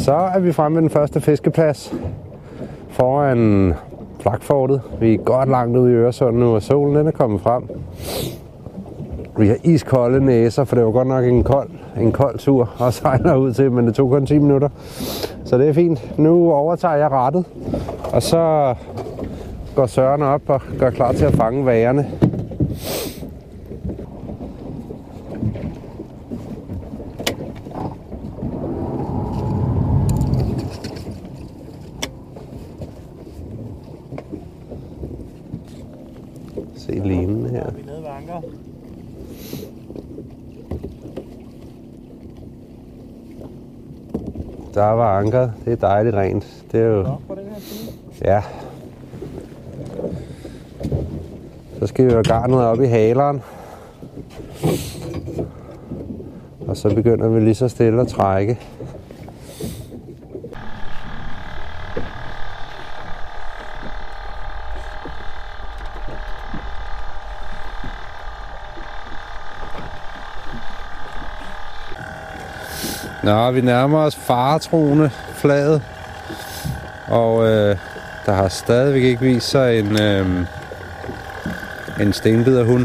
Så er vi fremme ved den første fiskeplads foran Flakfortet. Vi er godt langt ude i Øresund nu, og solen den er kommet frem. Vi har iskolde næser, for det var godt nok en kold tur at sejle ud til, men det tog kun 10 minutter. Så det er fint. Nu overtager jeg rattet, og så går Søren op og gør klar til at fange vagerne. Se linen her. Vi er nede ved ankeret. Der var ankeret. Det er dejligt rent. Det er jo... På den her side. Ja. Så skal vi have garnet op i haleren. Og så begynder vi lige så stille at trække. Nå, vi nærmer os faretroende flaget, og der har stadigvæk ikke vist sig en stenbiderhund.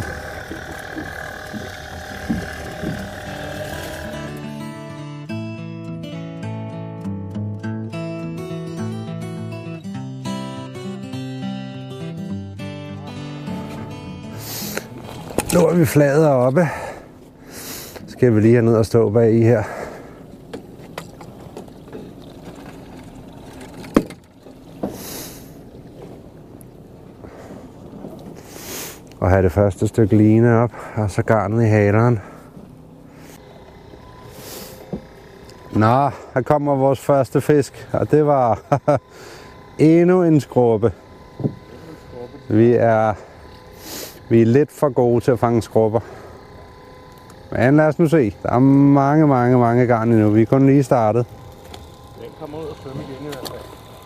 Nu er vi flaget oppe. Skal vi lige herned og stå bag i her. Og have det første stykke line op, og så garnet i haleren. Nå, her kommer vores første fisk, og det var endnu en skrubbe. Vi er lidt for gode til at fange skrubber. Men lad os nu se. Der er mange garn endnu. Vi er kun lige startet. Den kommer ud og svømme igen i hvert fald.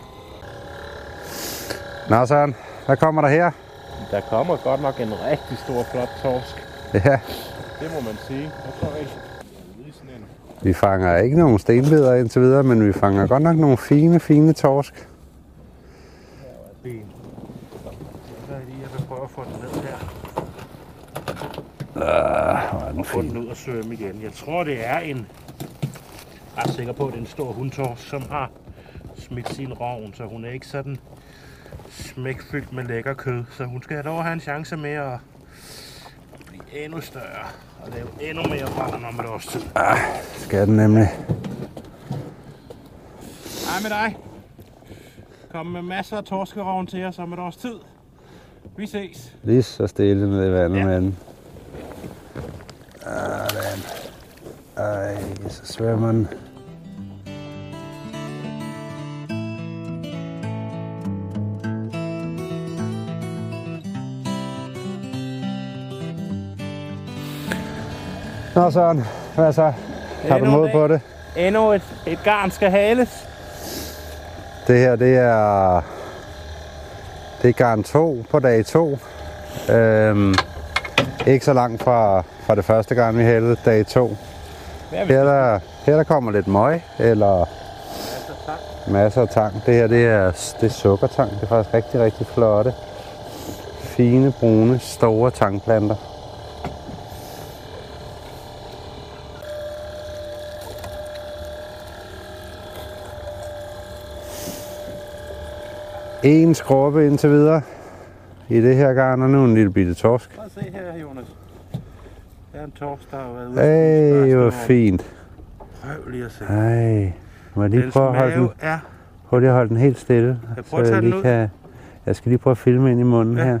Nå Søren, hvad kommer der her? Der kommer godt nok en rigtig stor, flot torsk. Ja. Det må man sige. Jeg tror ikke. Vi fanger ikke nogen stenbider indtil videre, men vi fanger godt nok nogle fine torsk. Her er ben. Så er lige, jeg vil prøve at få den ned her. Hvor er den Og få den fin. ud og svømme igen. Jeg tror, det er en... Jeg er sikker på, at det er en stor hundtorsk, som har smidt sin rovn, så hun er ikke sådan smækfyldt med lækker kød. Så hun skal dog have en chance med at blive endnu større og lave endnu mere brand om et års tid. Skal den nemlig. Hej med dig. Kom med masser af torskerovn til os om et års tid. Vi ses. Lige så stille ned i vandet Ja. med den. Ej, så svømmer den. Nå Søren, hvad så? Har du mod på det? Endnu et garn skal hales. Det her, det er garn 2 på dag 2. Ikke så langt fra det første garn, vi hældte, dag 2. Her der kommer lidt møg, eller masser af tang. Det her, det er sukkertang. Det er faktisk rigtig flotte. Fine, brune, store tangplanter. En skrubbe indtil videre i det her garn, og nu en lille bitte torsk. Prøv at se her, Jonas. Der er en torsk, der har været ude. Ej, hvor fint. Prøv lige at se. Ej, må jeg lige prøve at holde den? Ja. Prøv lige at holde den helt stille. Jeg prøver at tage den ud. Jeg skal lige prøve at filme ind i munden her.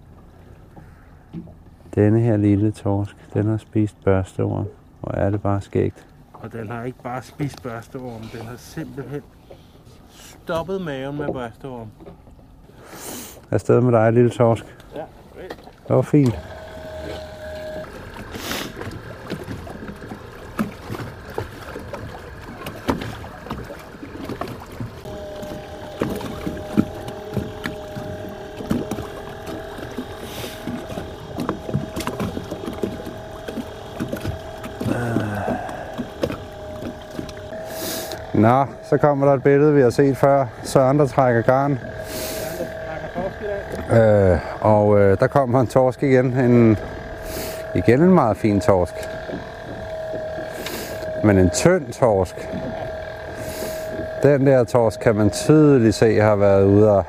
Denne her lille torsk, den har spist børsteorm. Hvor er det bare skægt. Og den har ikke bare spist børsteorm, den har simpelthen stoppet maven med børsteorm. Afsted med dig, lille torsk. Ja, Det var fint. Nå, så kommer der et billede, vi har set før. Søren, der trækker garn. Der kommer en torsk igen. Igen en meget fin torsk. Men en tynd torsk. Den der torsk kan man tydeligt se har været ude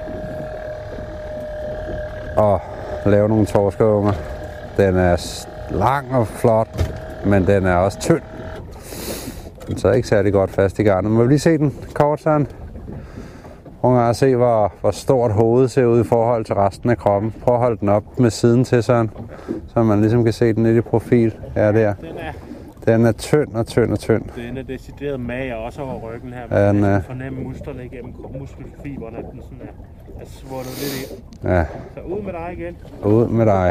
og lave nogle torskeunger. Den er lang og flot, men den er også tynd. Den sidder ikke særlig godt fast i garnet. Må vi lige se den kort, Søren? Prøv at se, hvor stort hovedet ser ud i forhold til resten af kroppen. Prøv at holde den op med siden til, Søren, så man ligesom kan se den lidt i profil. Ja, der. Den er tynd og tynd og tynd. Den er decideret mager også over ryggen her. Ja, den er. Fornemme musklerne igennem muskelfiberne, at den sådan er svundet lidt ind. Ja. Så ud med dig igen. Ud med dig.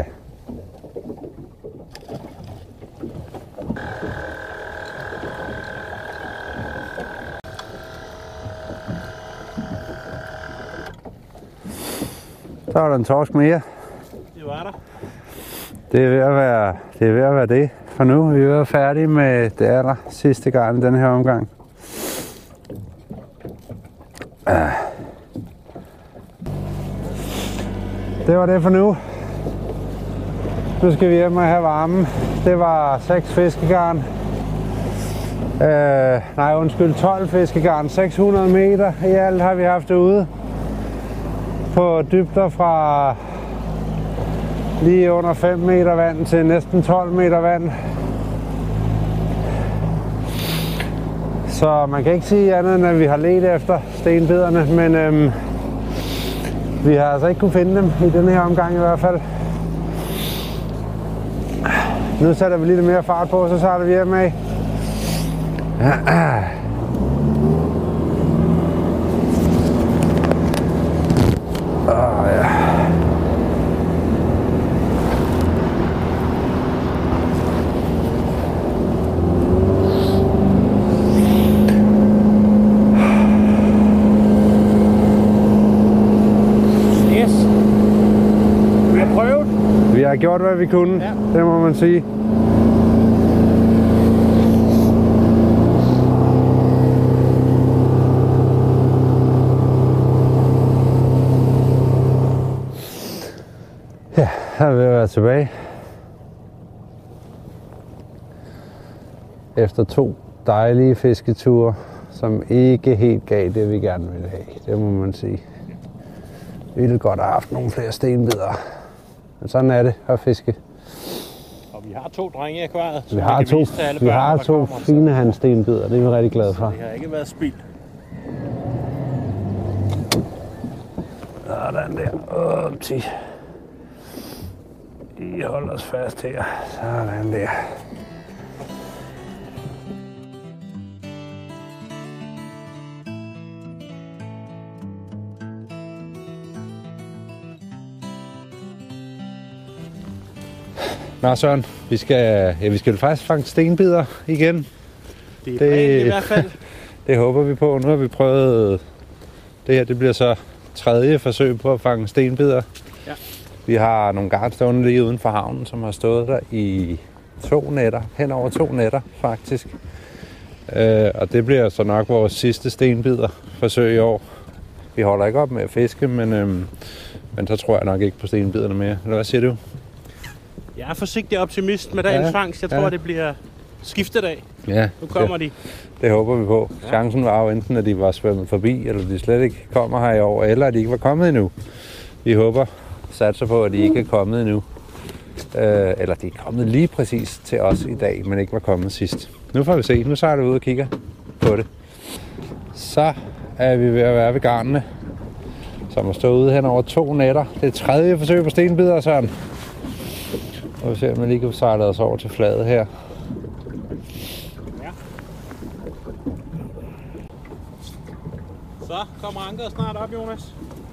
Så er der en torsk mere. Det var der. Det er ved at være det for nu. Vi er ved at være færdige med det aller sidste garn i den her omgang. Det var det for nu. Nu skal vi hjem og have varmen. Det var 6 fiskegarn. 12 fiskegarn. 600 meter i alt har vi haft det ude. På dybder fra lige under 5 meter vand til næsten 12 meter vand. Så man kan ikke sige andet, end at vi har ledt efter stenbiderne, men vi har altså ikke kunne finde dem i denne her omgang i hvert fald. Nu sætter vi lidt mere fart på, så starter vi hjem af. Ja. Yes. Vi har prøvet. Vi har gjort, hvad vi kunne. Ja. Det må man sige. Ja, her er vi ved at være tilbage. Efter 2 dejlige fisketure, som ikke helt gav det, vi gerne ville have. Det må man sige. Vi ville godt have haft nogle flere stenbider. Men sådan er det at fiske. Og vi har 2 drenge i akvariet. Vi har to fine handstenbider. Det er vi rigtig glade for. Det har ikke været spild. Sådan der. I holder os fast her. Sådan der. Nå Søren, vi skal faktisk fange stenbider igen. Det er planen i hvert fald. Det håber vi på. Nu har vi prøvet det her. Det bliver så 3. forsøg på at fange stenbider. Ja. Vi har nogle garn stående lige uden for havnen, som har stået der i 2 nætter. Hen over 2 nætter faktisk. Og det bliver så nok vores sidste stenbider forsøg i år. Vi holder ikke op med at fiske, men så tror jeg nok ikke på stenbiderne mere. Eller hvad siger du? Jeg er forsigtig optimist med dagens fangst. Jeg tror, det bliver skiftedag. Ja, nu kommer de. Det håber vi på. Ja. Chancen var jo enten, at de var svømmet forbi, eller de slet ikke kommer her i år, eller at de ikke var kommet endnu. Vi håber, satser på, at de ikke er kommet endnu. Eller de er kommet lige præcis til os i dag, men ikke var kommet sidst. Nu får vi se. Nu så er det ude og kigger på det. Så er vi ved at være ved garnene, som har stået ude hen over 2 nætter. Det er 3. forsøg på stenbider, Søren. Og vi ser, om vi lige kan sejle os over til fladet her. Ja. Så kommer ankeret snart op, Jonas.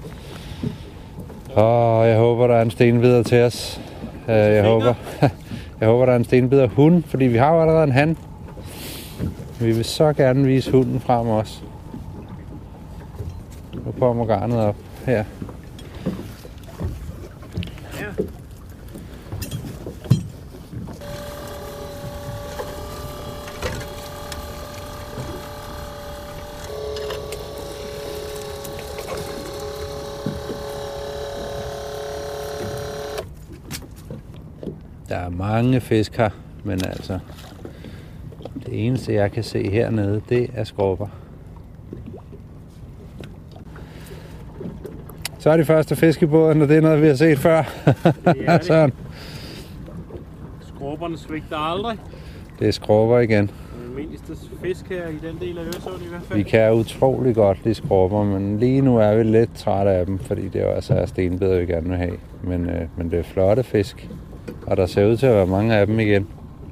Jeg håber, der er en stenbider til os. Jeg håber, der er en stenbider hund, fordi vi har jo allerede en han. Vi vil så gerne vise hunden frem også. Nu kommer garnet op her. Der er mange fisk her, men altså det eneste jeg kan se hernede, det er skrubber. Så er de første fisk i båden, og det er noget vi har set før. Det er Sådan. Skrubberne svigter aldrig. Det er skrubber igen. Den almindeligste fisk her i den del af Øresund i hvert fald. Vi kan utrolig godt lide skrubber, men lige nu er vi lidt trætte af dem, fordi det jo altså er stenbeder, vi gerne vil have. Men det er flotte fisk, og der ser ud til at være mange af dem igen.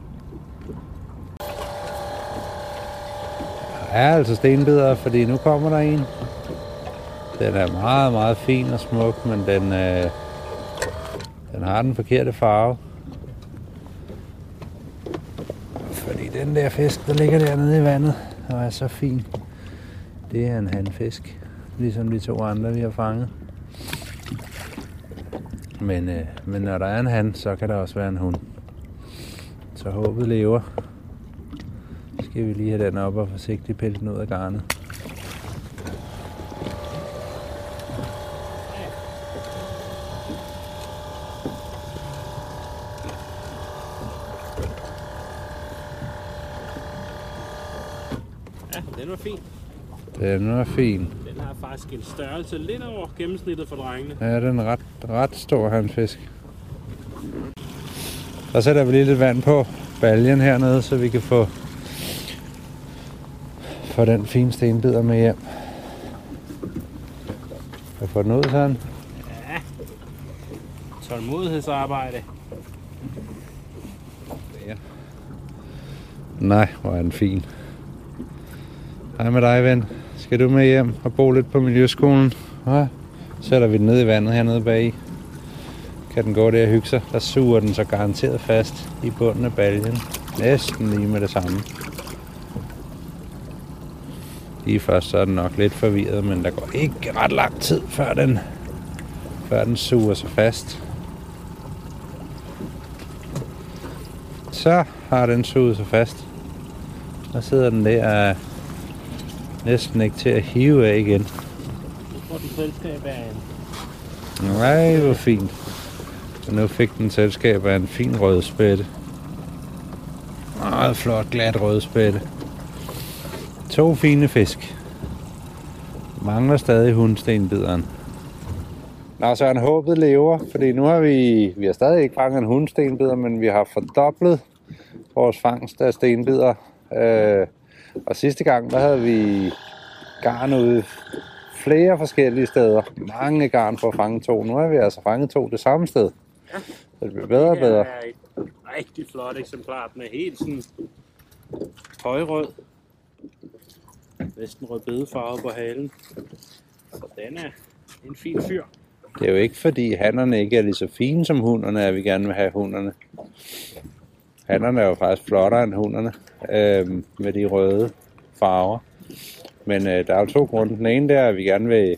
Der er altså stenbeder, fordi nu kommer der en. Den er meget, meget fin og smuk, men den har den forkerte farve. Fordi den der fisk, der ligger dernede i vandet, og er så fin, det er en hanfisk, ligesom de to andre, vi har fanget. Men når der er en han, så kan der også være en hund. Så håbet lever. Så skal vi lige have den op og forsigtigt pille den ud af garnet. Den var fin. Den var fin. Den har faktisk en størrelse lidt over gennemsnittet for drengene. Ja, den er ret stor hanfisk. Så sætter vi lige lidt vand på baljen hernede, så vi kan få den fine stenbider med hjem. Kan få den ud sådan? Ja. Tålmodighedsarbejde. Ja. Nej, hvor er den fin. Hej med dig, ven. Skal du med hjem og bo lidt på miljøskolen? Ja. Sætter vi den ned i vandet hernede bagi. Kan den gå der og hygge sig. Der suger den så garanteret fast i bunden af baljen. Næsten lige med det samme. Lige først så er den nok lidt forvirret, men der går ikke ret lang tid, før den suger sig fast. Så har den suget sig fast. Og sidder den der næsten ikke til at hive af igen. Nu får den selskab af en. Nej, hvor fint. Og nu fik den selskab af en fin rødspætte. Meget flot, glat rødspætte. 2 fine fisk. Mangler stadig hundstenbideren. Nå, så er håbet lever, fordi nu har vi har stadig ikke fanget en hundstenbider, men vi har fordoblet vores fangst af stenbider. Og sidste gang, der havde vi garn ude flere forskellige steder. Mange garn for at fange 2. Nu har vi altså fanget 2 det samme sted. Ja. Så det bliver bedre og bedre. Det er et rigtig flot eksemplar. Den er helt sådan højrød. Næsten rødbedefarvet på halen. Så den er en fin fyr. Det er jo ikke fordi hannerne ikke er lige så fine som hunderne, at vi gerne vil have hunderne. Hannerne er jo faktisk flottere end hunderne med de røde farver. Men der er jo 2 grunde. Den ene der er, at vi gerne vil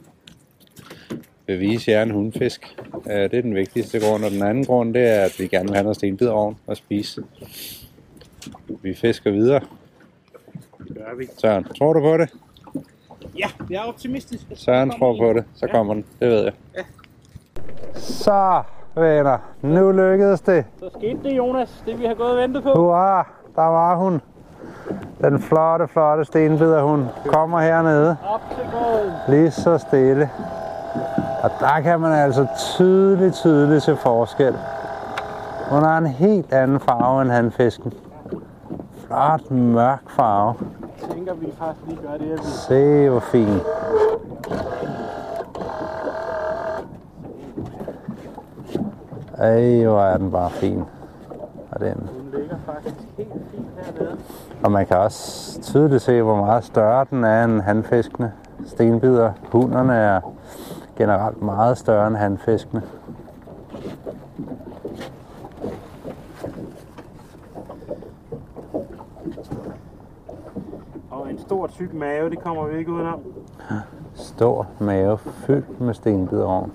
vise jer en hundfisk. Det er den vigtigste grund. Og den anden grund, det er, at vi gerne vil have noget stenbiderovn og spise. Vi fisker videre. Gør vi. Søren, tror du på det? Ja, jeg er optimistisk. Søren tror på det, så kommer den. Det ved jeg. Ja. Så, venner. Nu lykkedes det. Så skete det, Jonas. Det vi har gået og ventet på. Hurra, der var hun. Den flotte stenbiderhund kommer hernede. Op til båden. Lige så stille. Og der kan man altså tydeligt se forskel. Hun har en helt anden farve end hanfisken. Flot mørk farve. Jeg tænker, vi faktisk lige gør det her. Se hvor fin. Ej, hvor er den bare fin. Og den. Den ligger faktisk helt fint hernede. Og man kan også tydeligt se, hvor meget større den er end hanfiskene. Stenbider. Hunderne er generelt meget større end hanfiskene. Og en stor tyk mave, det kommer vi ikke udenom. Stor mave fyldt med stenbiderovn.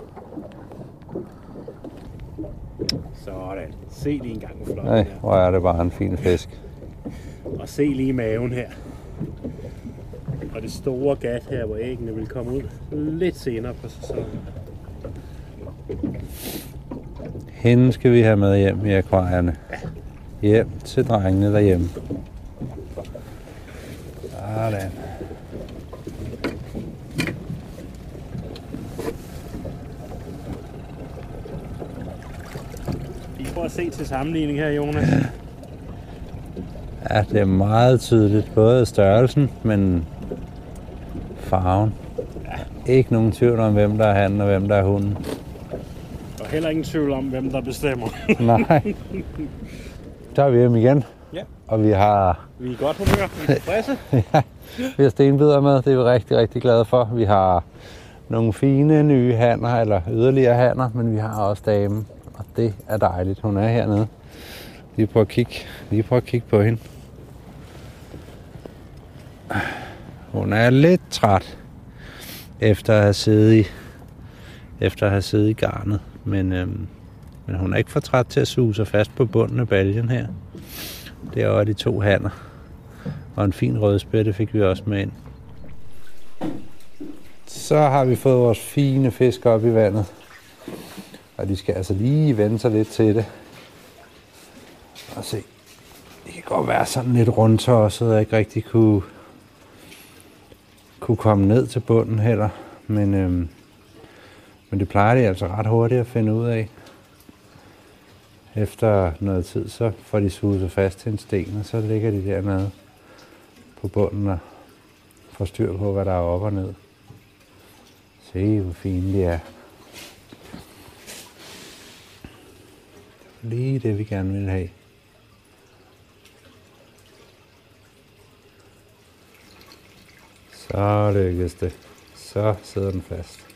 Sådan. Se lige en gang, hvor flot Nej, den er. hvor er det bare en fin fisk. Og se lige maven her. Og det store gat her, hvor æggene vil komme ud lidt senere på sæsonen. Hende skal vi have med hjem i akvarierne. Hjem til drengene derhjemme. Sådan. I får at se til sammenligning her, Jonas. Ja, det er meget tydeligt. Både størrelsen, men farven. Ikke nogen tvivl om, hvem der er han og hvem der er hunden. Og heller ingen tvivl om, hvem der bestemmer. Nej. Så er vi hjemme igen. Ja. Og vi har... Vi er i godt humør. Vi er tilfredse. Ja, vi har stenbider med. Det er vi rigtig, rigtig glade for. Vi har nogle fine nye hanner, eller yderligere hanner, men vi har også damen. Og det er dejligt. Hun er hernede. Lige prøv at kigge på hende. Hun er lidt træt efter at have siddet i garnet, men hun er ikke for træt til at suge sig fast på bunden af baljen her. Det er også de 2 hanner. Og en fin rødspætte fik vi også med ind. Så har vi fået vores fine fisk op i vandet. Og de skal altså lige vende sig lidt til det. Og se, det kan godt være sådan lidt rundtosset, og ikke rigtig kunne komme ned til bunden heller. Men det plejer de altså ret hurtigt at finde ud af. Efter noget tid, så får de suget sig fast til en sten, og så ligger de dernede på bunden og får styr på, hvad der er op og ned. Se, hvor fine de er. Lige det, vi gerne vil have. Så lykkes det. Så sidder den fast.